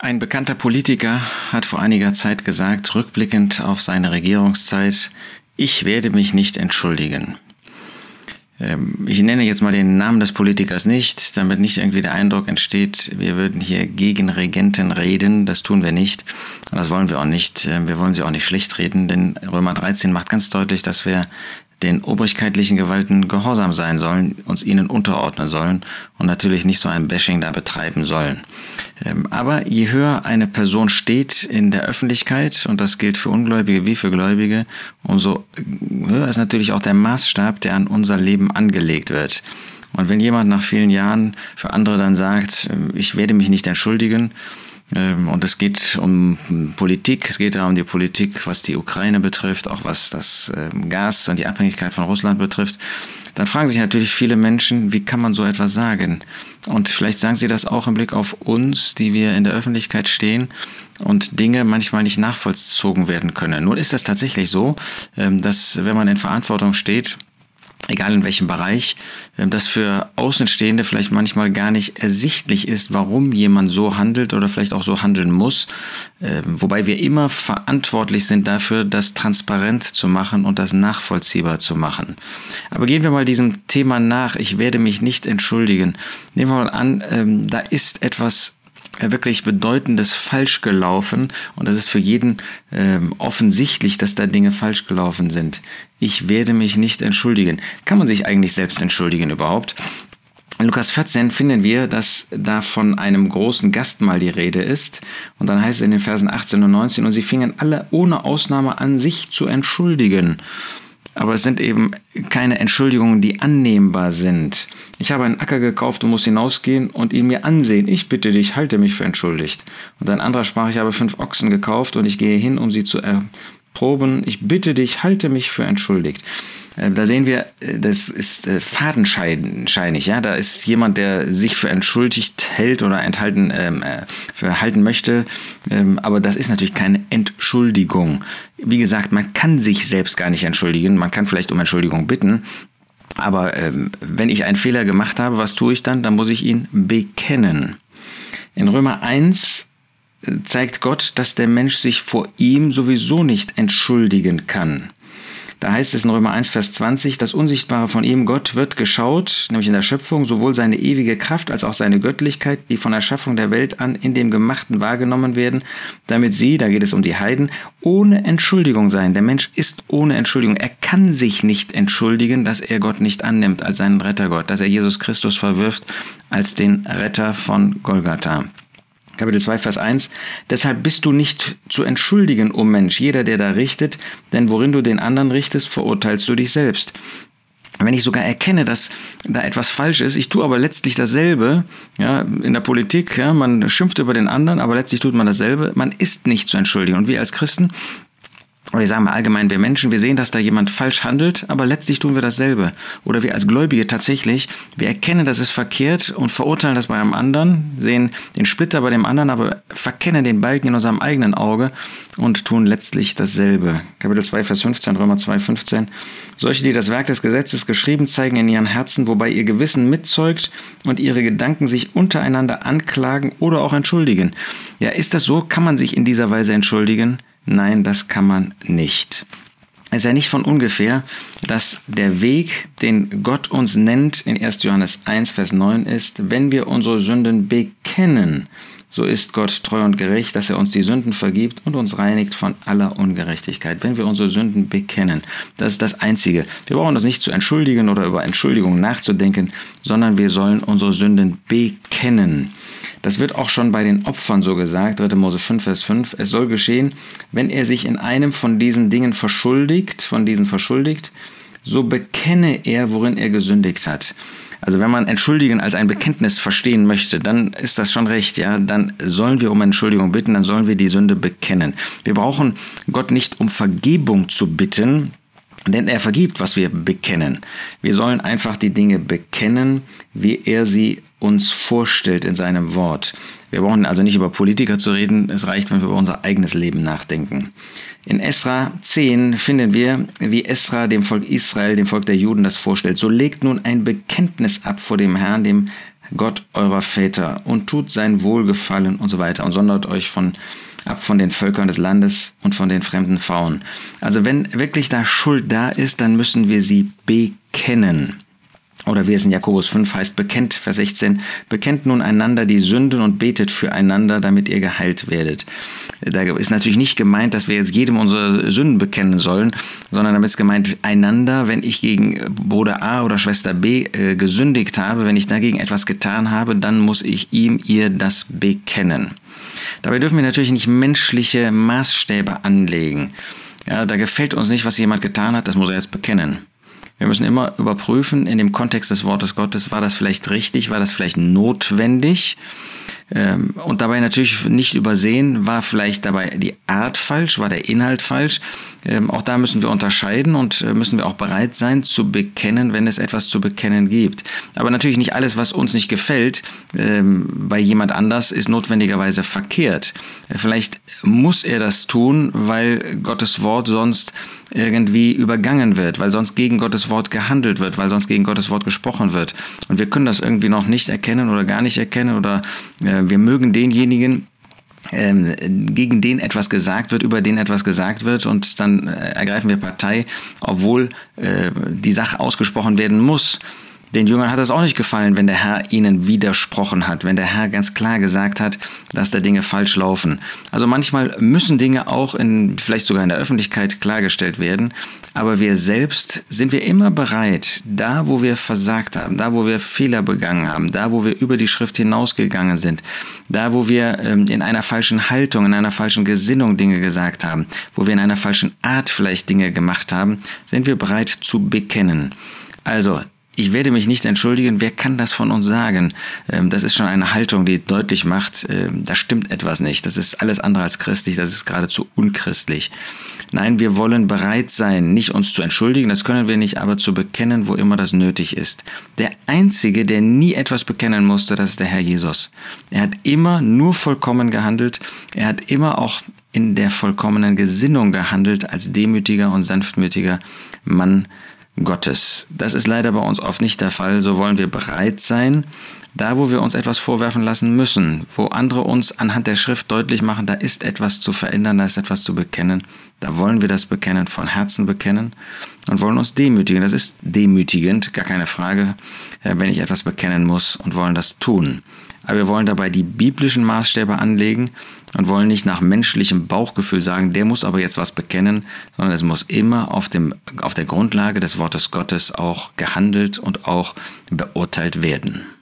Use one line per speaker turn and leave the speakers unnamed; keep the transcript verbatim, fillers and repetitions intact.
Ein bekannter Politiker hat vor einiger Zeit gesagt, rückblickend auf seine Regierungszeit: Ich werde mich nicht entschuldigen. Ich nenne jetzt mal den Namen des Politikers nicht, damit nicht irgendwie der Eindruck entsteht, wir würden hier gegen Regenten reden. Das tun wir nicht und das wollen wir auch nicht. Wir wollen sie auch nicht schlecht reden, denn Römer dreizehn macht ganz deutlich, dass wir den obrigkeitlichen Gewalten gehorsam sein sollen, uns ihnen unterordnen sollen und natürlich nicht so ein Bashing da betreiben sollen. Aber je höher eine Person steht in der Öffentlichkeit, und das gilt für Ungläubige wie für Gläubige, umso höher ist natürlich auch der Maßstab, der an unser Leben angelegt wird. Und wenn jemand nach vielen Jahren für andere dann sagt, ich werde mich nicht entschuldigen, und es geht um Politik, es geht da um die Politik, was die Ukraine betrifft, auch was das Gas und die Abhängigkeit von Russland betrifft, dann fragen sich natürlich viele Menschen, wie kann man so etwas sagen? Und vielleicht sagen sie das auch im Blick auf uns, die wir in der Öffentlichkeit stehen und Dinge manchmal nicht nachvollzogen werden können. Nun ist das tatsächlich so, dass wenn man in Verantwortung steht, egal in welchem Bereich, dass für Außenstehende vielleicht manchmal gar nicht ersichtlich ist, warum jemand so handelt oder vielleicht auch so handeln muss, wobei wir immer verantwortlich sind dafür, das transparent zu machen und das nachvollziehbar zu machen. Aber gehen wir mal diesem Thema nach, ich werde mich nicht entschuldigen. Nehmen wir mal an, da ist etwas wirklich Bedeutendes falsch gelaufen und es ist für jeden äh, offensichtlich, dass da Dinge falsch gelaufen sind. Ich werde mich nicht entschuldigen. Kann man sich eigentlich selbst entschuldigen überhaupt? In Lukas vierzehn finden wir, dass da von einem großen Gastmahl die Rede ist. Und dann heißt es in den Versen achtzehn und neunzehn, und sie fingen alle ohne Ausnahme an, sich zu entschuldigen. Aber es sind eben keine Entschuldigungen, die annehmbar sind. Ich habe einen Acker gekauft und muss hinausgehen und ihn mir ansehen. Ich bitte dich, halte mich für entschuldigt. Und ein anderer sprach, ich habe fünf Ochsen gekauft und ich gehe hin, um sie zu erproben. Ich bitte dich, halte mich für entschuldigt. Da sehen wir, das ist fadenscheinig. Ja? Da ist jemand, der sich für entschuldigt hält oder enthalten, ähm, für halten möchte. Ähm, aber das ist natürlich keine Entschuldigung. Wie gesagt, man kann sich selbst gar nicht entschuldigen. Man kann vielleicht um Entschuldigung bitten. Aber ähm, wenn ich einen Fehler gemacht habe, was tue ich dann? Dann muss ich ihn bekennen. In Römer eins zeigt Gott, dass der Mensch sich vor ihm sowieso nicht entschuldigen kann. Da heißt es in Römer eins, Vers zwanzig, das Unsichtbare von ihm, Gott, wird geschaut, nämlich in der Schöpfung, sowohl seine ewige Kraft als auch seine Göttlichkeit, die von der Schaffung der Welt an in dem Gemachten wahrgenommen werden, damit sie, da geht es um die Heiden, ohne Entschuldigung seien. Der Mensch ist ohne Entschuldigung. Er kann sich nicht entschuldigen, dass er Gott nicht annimmt als seinen Rettergott, dass er Jesus Christus verwirft als den Retter von Golgatha. Kapitel zwei, Vers eins. Deshalb bist du nicht zu entschuldigen, o Mensch, jeder, der da richtet, denn worin du den anderen richtest, verurteilst du dich selbst. Wenn ich sogar erkenne, dass da etwas falsch ist, ich tue aber letztlich dasselbe, ja, in der Politik, ja, man schimpft über den anderen, aber letztlich tut man dasselbe, man ist nicht zu entschuldigen. Und wir als Christen, oder ich sage mal allgemein, wir Menschen, wir sehen, dass da jemand falsch handelt, aber letztlich tun wir dasselbe. Oder wir als Gläubige tatsächlich, wir erkennen, das ist verkehrt und verurteilen das bei einem anderen, sehen den Splitter bei dem anderen, aber verkennen den Balken in unserem eigenen Auge und tun letztlich dasselbe. Kapitel zwei, Vers fünfzehn, Römer zwei, fünfzehn. Solche, die das Werk des Gesetzes geschrieben zeigen in ihren Herzen, wobei ihr Gewissen mitzeugt und ihre Gedanken sich untereinander anklagen oder auch entschuldigen. Ja, ist das so? Kann man sich in dieser Weise entschuldigen? Nein, das kann man nicht. Es ist ja nicht von ungefähr, dass der Weg, den Gott uns nennt, in erster Johannes eins, Vers neun ist, wenn wir unsere Sünden bekennen, so ist Gott treu und gerecht, dass er uns die Sünden vergibt und uns reinigt von aller Ungerechtigkeit. Wenn wir unsere Sünden bekennen, das ist das Einzige. Wir brauchen uns nicht zu entschuldigen oder über Entschuldigung nachzudenken, sondern wir sollen unsere Sünden bekennen. Das wird auch schon bei den Opfern so gesagt, dritter Mose fünf, Vers fünf. Es soll geschehen, wenn er sich in einem von diesen Dingen verschuldigt, von diesen verschuldigt, so bekenne er, worin er gesündigt hat. Also wenn man Entschuldigen als ein Bekenntnis verstehen möchte, dann ist das schon recht, ja. Dann sollen wir um Entschuldigung bitten, dann sollen wir die Sünde bekennen. Wir brauchen Gott nicht um Vergebung zu bitten, denn er vergibt, was wir bekennen. Wir sollen einfach die Dinge bekennen, wie er sie uns vorstellt in seinem Wort. Wir brauchen also nicht über Politiker zu reden, es reicht, wenn wir über unser eigenes Leben nachdenken. In Esra zehn finden wir, wie Esra dem Volk Israel, dem Volk der Juden, das vorstellt. So legt nun ein Bekenntnis ab vor dem Herrn, dem Gott eurer Väter, und tut sein Wohlgefallen und so weiter und sondert euch von, ab von den Völkern des Landes und von den fremden Frauen. Also wenn wirklich da Schuld da ist, dann müssen wir sie bekennen. Oder wie es in Jakobus fünf heißt, bekennt, Vers sechzehn, bekennt nun einander die Sünden und betet füreinander, damit ihr geheilt werdet. Da ist natürlich nicht gemeint, dass wir jetzt jedem unsere Sünden bekennen sollen, sondern damit ist gemeint, einander, wenn ich gegen Bruder A oder Schwester B äh, gesündigt habe, wenn ich dagegen etwas getan habe, dann muss ich ihm, ihr das bekennen. Dabei dürfen wir natürlich nicht menschliche Maßstäbe anlegen. Ja, da gefällt uns nicht, was jemand getan hat, das muss er jetzt bekennen. Wir müssen immer überprüfen, in dem Kontext des Wortes Gottes, war das vielleicht richtig, war das vielleicht notwendig? Und dabei natürlich nicht übersehen, war vielleicht dabei die Art falsch, war der Inhalt falsch. Auch da müssen wir unterscheiden und müssen wir auch bereit sein zu bekennen, wenn es etwas zu bekennen gibt. Aber natürlich nicht alles, was uns nicht gefällt, bei jemand anders ist notwendigerweise verkehrt. Vielleicht muss er das tun, weil Gottes Wort sonst irgendwie übergangen wird, weil sonst gegen Gottes Wort gehandelt wird, weil sonst gegen Gottes Wort gesprochen wird. Und wir können das irgendwie noch nicht erkennen oder gar nicht erkennen oder äh, wir mögen denjenigen, ähm, gegen den etwas gesagt wird, über den etwas gesagt wird und dann äh, ergreifen wir Partei, obwohl äh, die Sache ausgesprochen werden muss. Den Jüngern hat es auch nicht gefallen, wenn der Herr ihnen widersprochen hat, wenn der Herr ganz klar gesagt hat, dass da Dinge falsch laufen. Also manchmal müssen Dinge auch in, vielleicht sogar in der Öffentlichkeit klargestellt werden, aber wir selbst sind wir immer bereit, da wo wir versagt haben, da wo wir Fehler begangen haben, da wo wir über die Schrift hinausgegangen sind, da wo wir ähm, in einer falschen Haltung, in einer falschen Gesinnung Dinge gesagt haben, wo wir in einer falschen Art vielleicht Dinge gemacht haben, sind wir bereit zu bekennen. Also, ich werde mich nicht entschuldigen, wer kann das von uns sagen? Das ist schon eine Haltung, die deutlich macht, da stimmt etwas nicht. Das ist alles andere als christlich, das ist geradezu unchristlich. Nein, wir wollen bereit sein, nicht uns zu entschuldigen, das können wir nicht, aber zu bekennen, wo immer das nötig ist. Der Einzige, der nie etwas bekennen musste, das ist der Herr Jesus. Er hat immer nur vollkommen gehandelt, er hat immer auch in der vollkommenen Gesinnung gehandelt, als demütiger und sanftmütiger Mann Gottes. Das ist leider bei uns oft nicht der Fall. So wollen wir bereit sein, da wo wir uns etwas vorwerfen lassen müssen, wo andere uns anhand der Schrift deutlich machen, da ist etwas zu verändern, da ist etwas zu bekennen. Da wollen wir das bekennen, von Herzen bekennen und wollen uns demütigen. Das ist demütigend, gar keine Frage, wenn ich etwas bekennen muss und wollen das tun. Aber wir wollen dabei die biblischen Maßstäbe anlegen und wollen nicht nach menschlichem Bauchgefühl sagen, der muss aber jetzt was bekennen, sondern es muss immer auf dem, auf der Grundlage des Wortes Gottes auch gehandelt und auch beurteilt werden.